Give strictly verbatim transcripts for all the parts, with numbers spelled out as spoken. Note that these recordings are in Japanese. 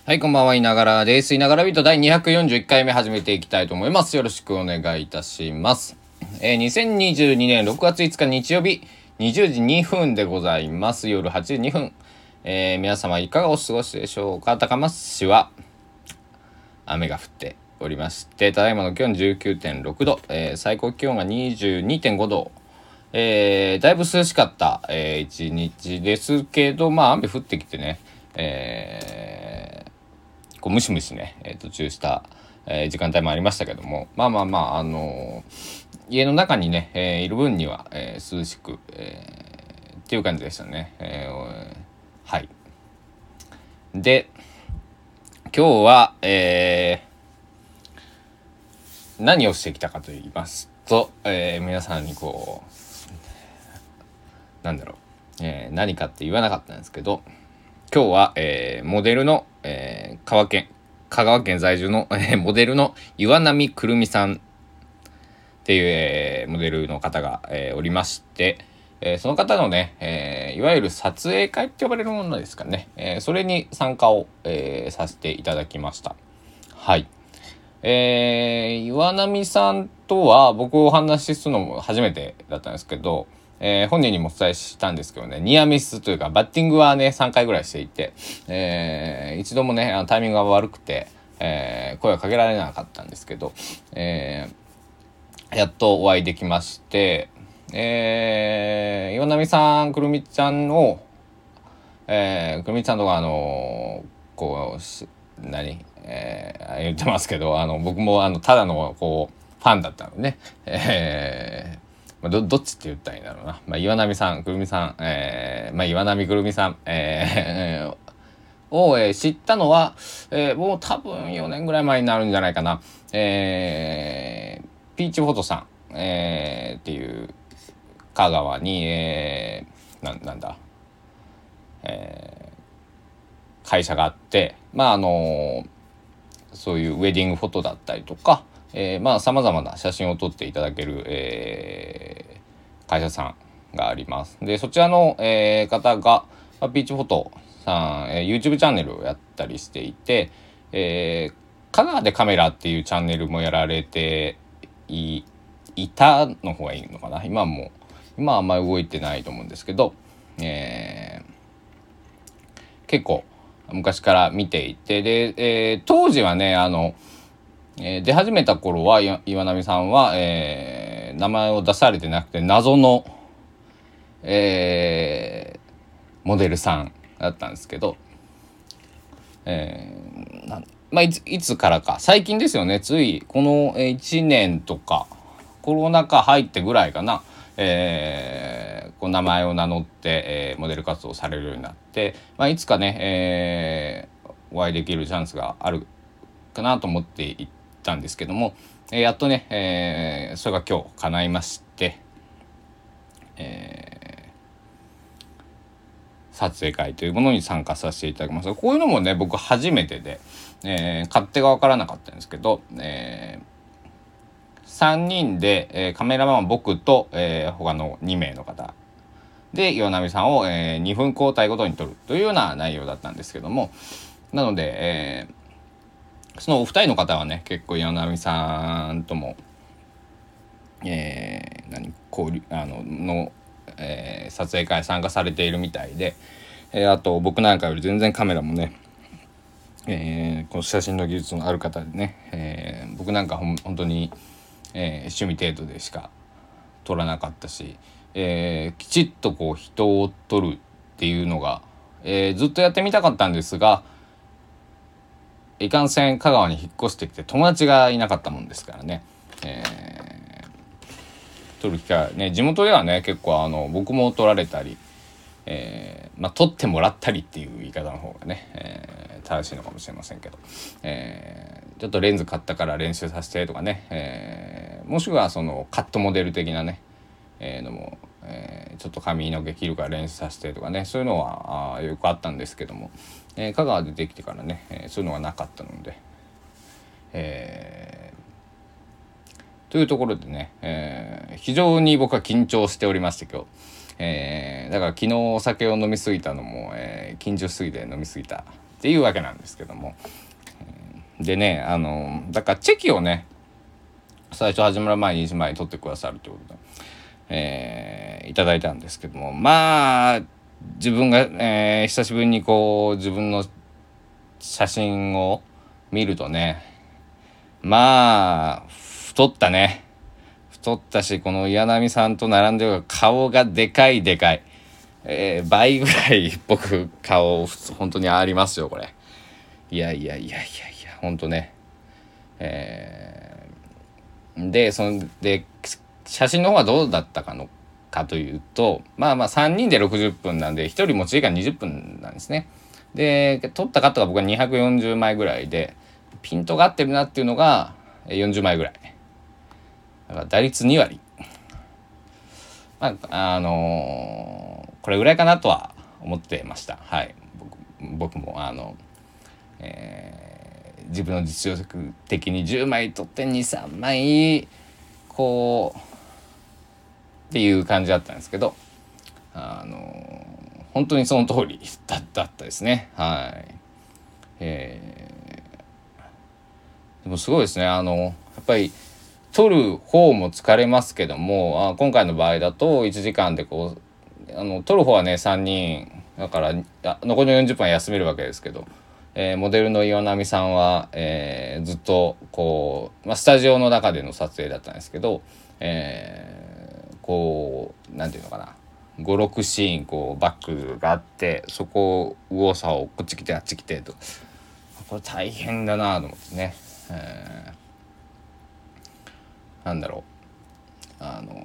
はい、こんばんは、いながらです。いながらビートだいにひゃくよんじゅういっかいめ始めていきたいと思います。よろしくお願いいたします。えー、にせんにじゅうにねんろくがついつか日曜日、にじゅうじにふんでございます。夜はちじにふん。えー、皆様いかがお過ごしでしょうか。高松市は雨が降っておりまして、ただいまの気温 じゅうきゅうてんろくど、えー、最高気温が にじゅうにてんごど、えー、だいぶ涼しかった、えー、一日ですけど、まあ雨降ってきてね、えーこうムシムシね、えー、途中した、えー、時間帯もありましたけども、まあまあまあ、あのー、家の中にね、えー、いる分には、えー、涼しく、えー、っていう感じでしたね。えー、はい。で、今日は、えー、何をしてきたかと言いますと、えー、皆さんにこう、なんだろう、えー、何かって言わなかったんですけど、今日は、えー、モデルの、えー、香川県香川県在住の、えー、モデルの岩波くるみさんっていう、えー、モデルの方が、えー、おりまして、えー、その方のね、えー、いわゆる撮影会って呼ばれるものですかね、えー、それに参加を、えー、させていただきました。はい。えー、岩波さんとは僕お話しするのも初めてだったんですけど、えー、本人にもお伝えしたんですけどね、ニアミスというかバッティングはねさんかいぐらいしていて、えー、一度もねあのタイミングが悪くて、えー、声はかけられなかったんですけど、えー、やっとお会いできまして、えー、岩波さんくるみちゃんを、えー、くるみちゃんとかあのー、こう何えー、言ってますけど、あの僕もあのただのこうファンだったのでね、えーまあ、ど, どっちって言ったらいいんだろうな、まあ、岩波さんくるみさん、えーまあ、岩波くるみさん、えー、を、えー、知ったのは、えー、もう多分よねんぐらい前になるんじゃないかな、えー、ピーチフォトさん、えー、っていう香川に、えー、な, なんだ、えー、会社があって、まああのーそういうウェディングフォトだったりとか、えー、まあ様々な写真を撮っていただける、えー、会社さんがあります。でそちらの、えー、方が、まあ、ピーチフォトさん、えー、YouTube チャンネルをやったりしていて、えー、香川でカメラっていうチャンネルもやられて い, いたの方がいいのかな。今はもう今はあんまり動いてないと思うんですけど、えー、結構昔から見ていて、で、えー、当時はねあの、えー、出始めた頃は岩波さんは、えー、名前を出されてなくて謎の、えー、モデルさんだったんですけど、えー、なんまあ、いつ、いつからか最近ですよね。ついこのいちねんとかコロナ禍入ってぐらいかな、えー、こう名前を名乗って、えー、モデル活動されるようになって、まあ、いつかね、えー、お会いできるチャンスがあるかなと思っていったんですけども、えー、やっとね、えー、それが今日叶いまして、えー、撮影会というものに参加させていただきます。こういうのもね僕初めてで、えー、勝手が分からなかったんですけど、えーさんにんで、えー、カメラマンは僕と、えー、他のにめいの方で岩波さんを、えー、にふん交代ごとに撮るというような内容だったんですけども、なので、えー、そのお二人の方はね結構岩波さんとも、えー、何交流あのの、えー、撮影会参加されているみたいで、えー、あと僕なんかより全然カメラもね、えー、この写真の技術のある方でね、えー、僕なんかほん本当にえー、趣味程度でしか撮らなかったし、えー、きちっとこう人を撮るっていうのが、えー、ずっとやってみたかったんですが、いかんせん香川に引っ越してきて友達がいなかったもんですからね、えー、撮る機会ね地元ではね結構あの僕も撮られたり、えー、まあ撮ってもらったりっていう言い方の方がね、えー、正しいのかもしれませんけど、えー、ちょっとレンズ買ったから練習させてとかね、えー、もしくはそのカットモデル的なね、えー、のも、えー、ちょっと髪の毛切るから練習させてとかね、そういうのはあよくあったんですけども、えー、香川でできてからね、えー、そういうのがなかったので、えー、というところでね、えー、非常に僕は緊張しておりまして今日、えー、だから昨日お酒を飲み過ぎたのも、えー、緊張しすぎて飲み過ぎたっていうわけなんですけども、でねあのだからチェキをね最初始まる前にいちまい取ってくださるということで、えー、いただいたんですけども、まあ自分が、えー、久しぶりにこう自分の写真を見るとね、まあ太ったね太ったし、この岩波さんと並んでる顔がでかいでかい、えー、倍ぐらい僕顔本当にありますよこれ。いやいやいやいやいや本当ね、えー、でそので写真の方はどうだったかのかというと、まあまあさんにんでろくじゅっぷんなんでひとり持ち時間にじゅっぷんなんですね。で撮ったカットが僕はにひゃくよんじゅうまいぐらいで、ピントが合ってるなっていうのがよんじゅうまいぐらいだから打率にわり、まああのー、これぐらいかなとは思ってました。はい、僕、僕もあの、えー、自分の実力的にじゅうまい取ってにさんまいこうっていう感じだったんですけど、あのー、本当にその通りだったですね。はい、えー、でもすごいですね。あのやっぱり撮る方も疲れますけども、あ今回の場合だといちじかんでこうあの撮る方はねさんにんだから残りのよんじゅっぷんは休めるわけですけど、えー、モデルの岩波さんは、えー、ずっとこう、まあ、スタジオの中での撮影だったんですけど、えー、こうなんていうのかなごろくシーンこうバックがあって、そこを右往左往こっち来てあっち来てと、これ大変だなと思ってね、えーなんだろうあの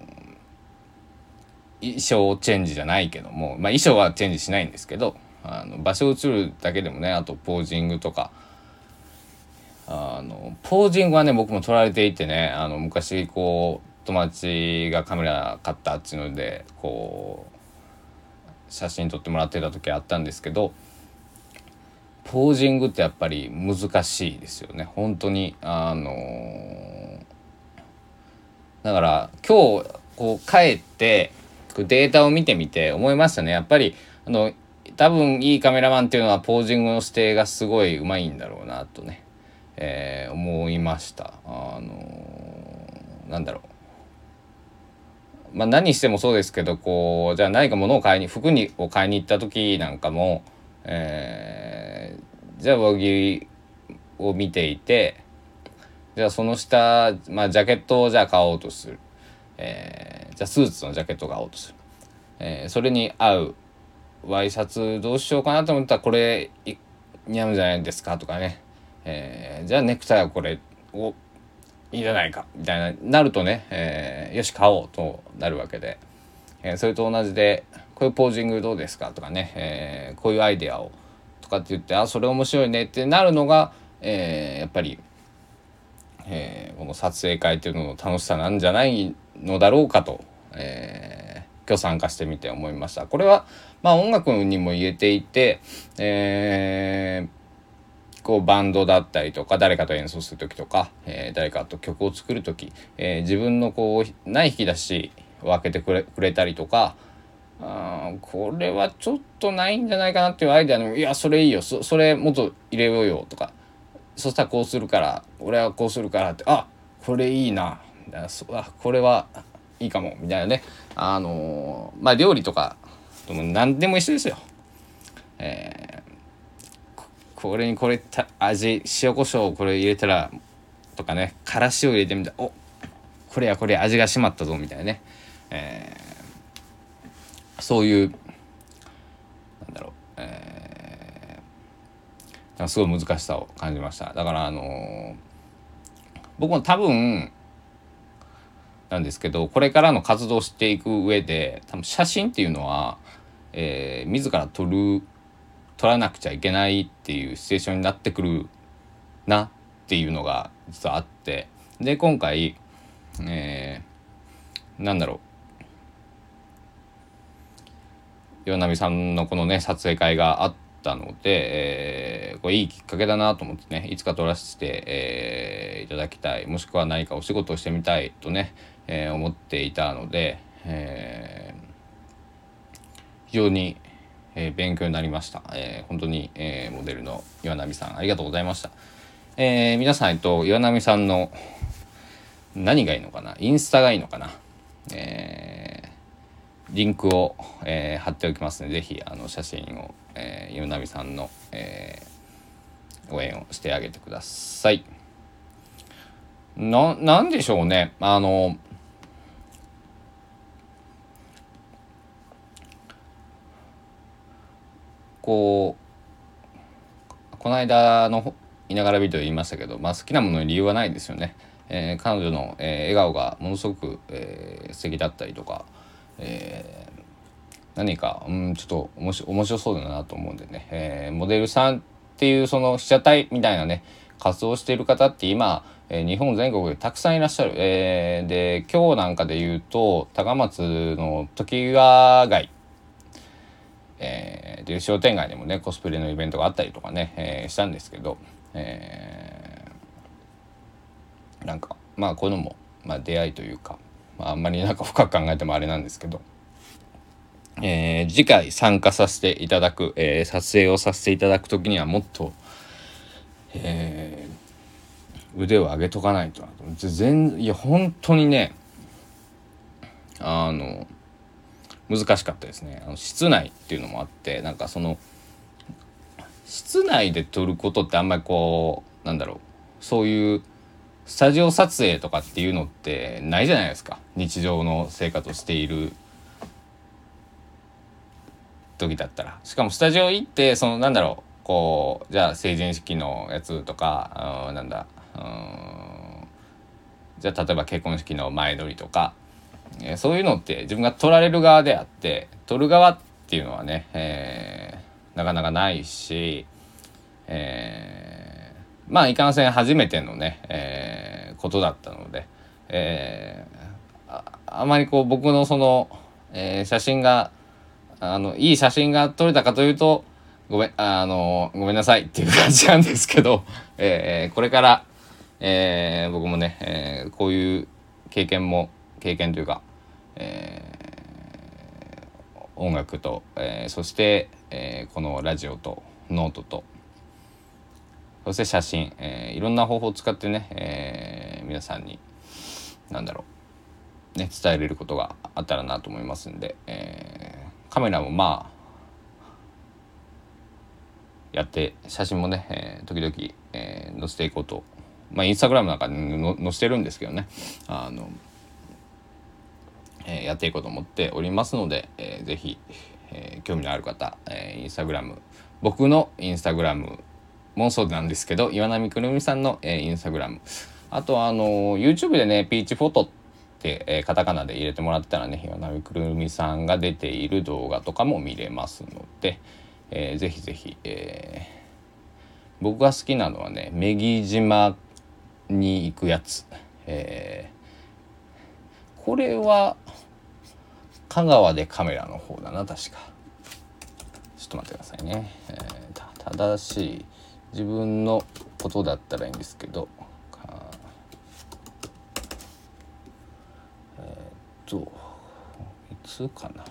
衣装チェンジじゃないけども、まあ、衣装はチェンジしないんですけど、あの場所移るだけでもね、あとポージングとか、あのポージングはね僕も撮られていてね、あの昔こう友達がカメラ買ったっていうのでこう写真撮ってもらってた時あったんですけど、ポージングってやっぱり難しいですよね本当に。あのーだから今日こう帰ってデータを見てみて思いましたね。やっぱりあの多分いいカメラマンっていうのはポージングの指定がすごいうまいんだろうなとね、えー、思いました。あのー、なんだろう、まあ何してもそうですけど、こうじゃあ何か物を買いに服にを買いに行った時なんかも、えー、じゃあ上着を見ていて、じゃあその下、まあ、ジャケットをじゃあ買おうとする、えー、じゃあスーツのジャケットを買おうとする、えー、それに合うワイシャツどうしようかなと思ったらこれ似合うんじゃないですかとかね、えー、じゃあネクタイはこれをいいじゃないかみたいななるとね、えー、よし買おうとなるわけで、えー、それと同じでこういうポージングどうですかとかね、えー、こういうアイデアをとかって言って、あそれ面白いねってなるのが、えー、やっぱりえー、この撮影会というのの楽しさなんじゃないのだろうかと、えー、今日参加してみて思いました。これはまあ音楽にも言えていて、えー、こうバンドだったりとか誰かと演奏する時とか、えー、誰かと曲を作る時、えー、自分のこうない引き出しを開けてくれ、くれたりとか、あこれはちょっとないんじゃないかなっていうアイデアの、いやそれいいよ そ, それもっと入れようよとか、そしたらこうするから俺はこうするからって、あこれいいなみたいな、あこれはいいかもみたいなね、あのー、まあ料理とかでも何でも一緒ですよ。えー、これにこれ味塩コショウこれ入れたらとかね、からしを入れてみたらおこれやこれ味が締まったぞみたいなね、えー、そういうなんだろう、えーすごい難しさを感じました。だからあのー、僕も多分なんですけど、これからの活動していく上で多分写真っていうのは、えー、自ら撮る撮らなくちゃいけないっていうシチュエーションになってくるなっていうのが実はあって、で今回、えー、なんだろう岩波さんのこのね撮影会があったので、えー、これいいきっかけだなと思ってね、いつか撮らせて、えー、いただきたい、もしくは何かお仕事をしてみたいとね、えー、思っていたので、えー、非常に、 えー、勉強になりました。えー、本当に、えー、モデルの岩波さんありがとうございました。えー、皆さん、えっと、岩波さんの何がいいのかな、インスタがいいのかな、えー、リンクを、えー、貼っておきますので、ぜひあの写真を、えー、岩波さんの、えー、応援をしてあげてください。な、なんでしょうね、あのこうこの間のいながらビデオ言いましたけど、まあ、好きなものに理由はないですよね。えー、彼女の、えー、笑顔がものすごく、えー、素敵だったりとか、えー、何か、うん、ちょっと面白、面白そうだなと思うんでね、えー、モデルさんっていうその被写体みたいなね活動している方って今、えー、日本全国でたくさんいらっしゃる。えー、で今日なんかで言うと高松の時川街、えー、で商店街でもねコスプレのイベントがあったりとかね、えー、したんですけど、えー、なんかまあこういうのも、まあ、出会いというか、まあ、あんまりなんか深く考えてもあれなんですけど、えー、次回参加させていただく、えー、撮影をさせていただく時にはもっと、えー、腕を上げとかないとなと。全いや本当にねあの難しかったですね。あの室内っていうのもあって、なんかその室内で撮ることってあんまりこうなんだろう、そういうスタジオ撮影とかっていうのってないじゃないですか、日常の生活をしている時だったら。しかもスタジオ行ってそのなんだろう、こうじゃあ成人式のやつとか、うん、なんだうんじゃあ例えば結婚式の前撮りとか、えー、そういうのって自分が撮られる側であって撮る側っていうのはね、えー、なかなかないし、えー、まあいかんせん初めてのね、えー、ことだったので、えー、あ, あまりこう僕のその、えー、写真があのいい写真が撮れたかというとごめんあのごめんなさいっていう感じなんですけど、えー、これから、えー、僕もね、えー、こういう経験も経験というか、えー、音楽と、えー、そして、えー、このラジオとノートとそして写真、えー、いろんな方法を使ってね、えー、皆さんに何だろう、ね、伝えれることがあったらなと思いますんで、えー、カメラもまあやって写真もね、えー、時々、えー、載せていこうと、まあインスタグラムなんかにの載せてるんですけどね、あの、えー、やっていこうと思っておりますので、えー、ぜひ、えー、興味のある方、えー、インスタグラム僕のインスタグラムもそうなんですけど岩波くるみさんの、えー、インスタグラム、あとあの YouTube でねピーチフォトって、えー、カタカナで入れてもらったらね岩波くるみさんが出ている動画とかも見れますので、えー、ぜひぜひ、えー、僕が好きなのはね女木島に行くやつ、えー、これは香川でカメラの方だな確か。ちょっと待ってくださいね、えー、正しい自分のことだったらいいんですけど、えー、っといつかな、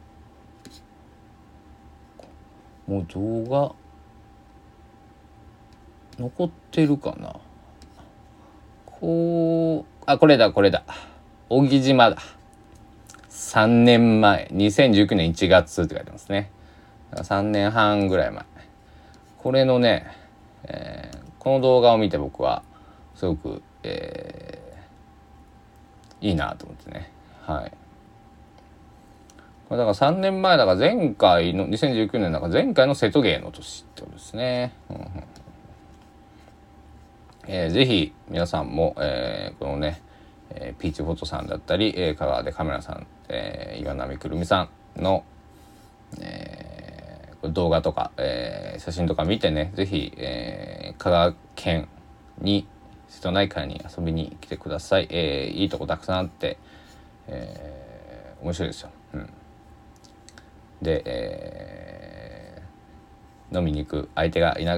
もう動画残ってるかな、こうあこれだこれだ小木島だ、さんねんまえにせんじゅうきゅうねんいちがつって書いてますね。さんねんはんぐらい前、これのね、えー、この動画を見て僕はすごく、えー、いいなと思ってね、はい、これだからさんねんまえだから前回のにせんじゅうきゅうねんだから前回の瀬戸芸の年ってことですね、うんうん、えー、ぜひ皆さんも、えー、このね、えー、ピーチフォトさんだったり、えー、香川でカメラさん、えー、岩波くるみさんの、えー、動画とか、えー、写真とか見てねぜひ、えー、香川県に瀬戸内海に遊びに来てください、えー、いいとこたくさんあって、えー、面白いですよ、うん、で、えー、飲みに行く相手がいない、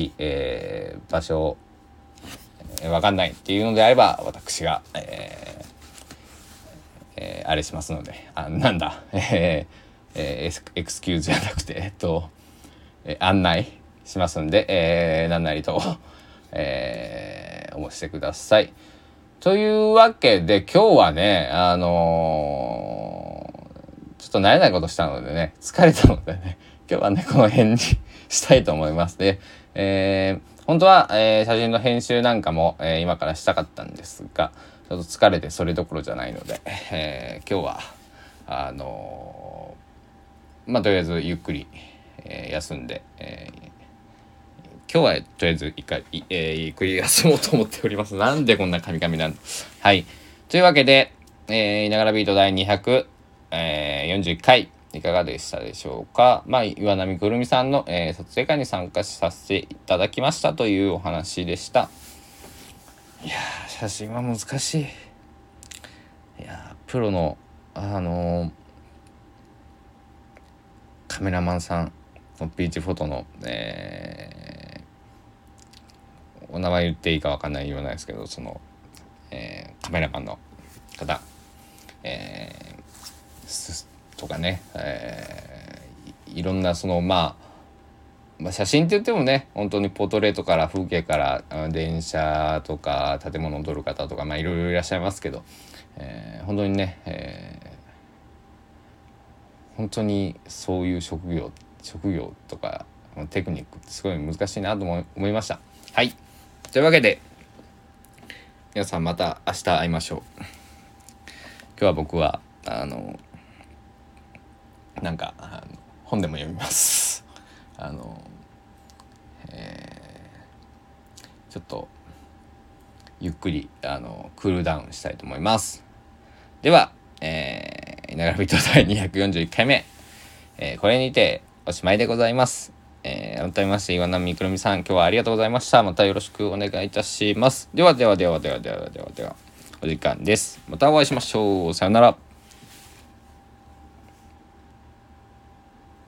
えー、場所を分かんないっていうのであれば私が、えーえー、あれしますので、あなんだ、えー、 えー、エスエクスキューズじゃなくて、えっと、えー、案内しますんで、えー、何なりと、えー、お申してください。というわけで今日はね、あのー、ちょっと慣れないことしたのでね、疲れたのでね、今日はねこの辺にしたいと思います。で、えー、本当は、えー、写真の編集なんかも、えー、今からしたかったんですが、ちょっと疲れてそれどころじゃないので、えー、今日はあのー、まあとりあえずゆっくり、えー、休んで、えー、今日はとりあえず一回、えー、ゆっくり休もうと思っております。なんでこんなカミカミなんだ。はい。というわけで、えー、いながらビート第にひゃくよんじゅういっかいいかがでしたでしょうか。まあ岩波くるみさんの、えー、撮影会に参加させていただきましたというお話でした。いやー、写真は難しい。いやー、プロのあのー、カメラマンさんビーチフォトの、えー、お名前言っていいか分かんないようなんですけど、その、えー、カメラマンの方、えー、とかね、えー、いろんなその、まあ、まあ写真って言ってもね、本当にポートレートから風景から電車とか建物を撮る方とか、まあいろいろいらっしゃいますけど、えー、本当にね、えー、本当にそういう職業職業とかテクニックってすごい難しいなと思いました。はい、というわけで皆さんまた明日会いましょう。今日は僕はあのなんかあの本でも読みます。あの、えー、ちょっとゆっくりあのクールダウンしたいと思います。では、えー、いながらビート第にひゃくよんじゅういっかいめ、えー、これにておしまいでございます。えー、改めまして岩波くるみさん、今日はありがとうございました。またよろしくお願いいたします。ではではではではではではではお時間です。またお会いしましょう。さよなら。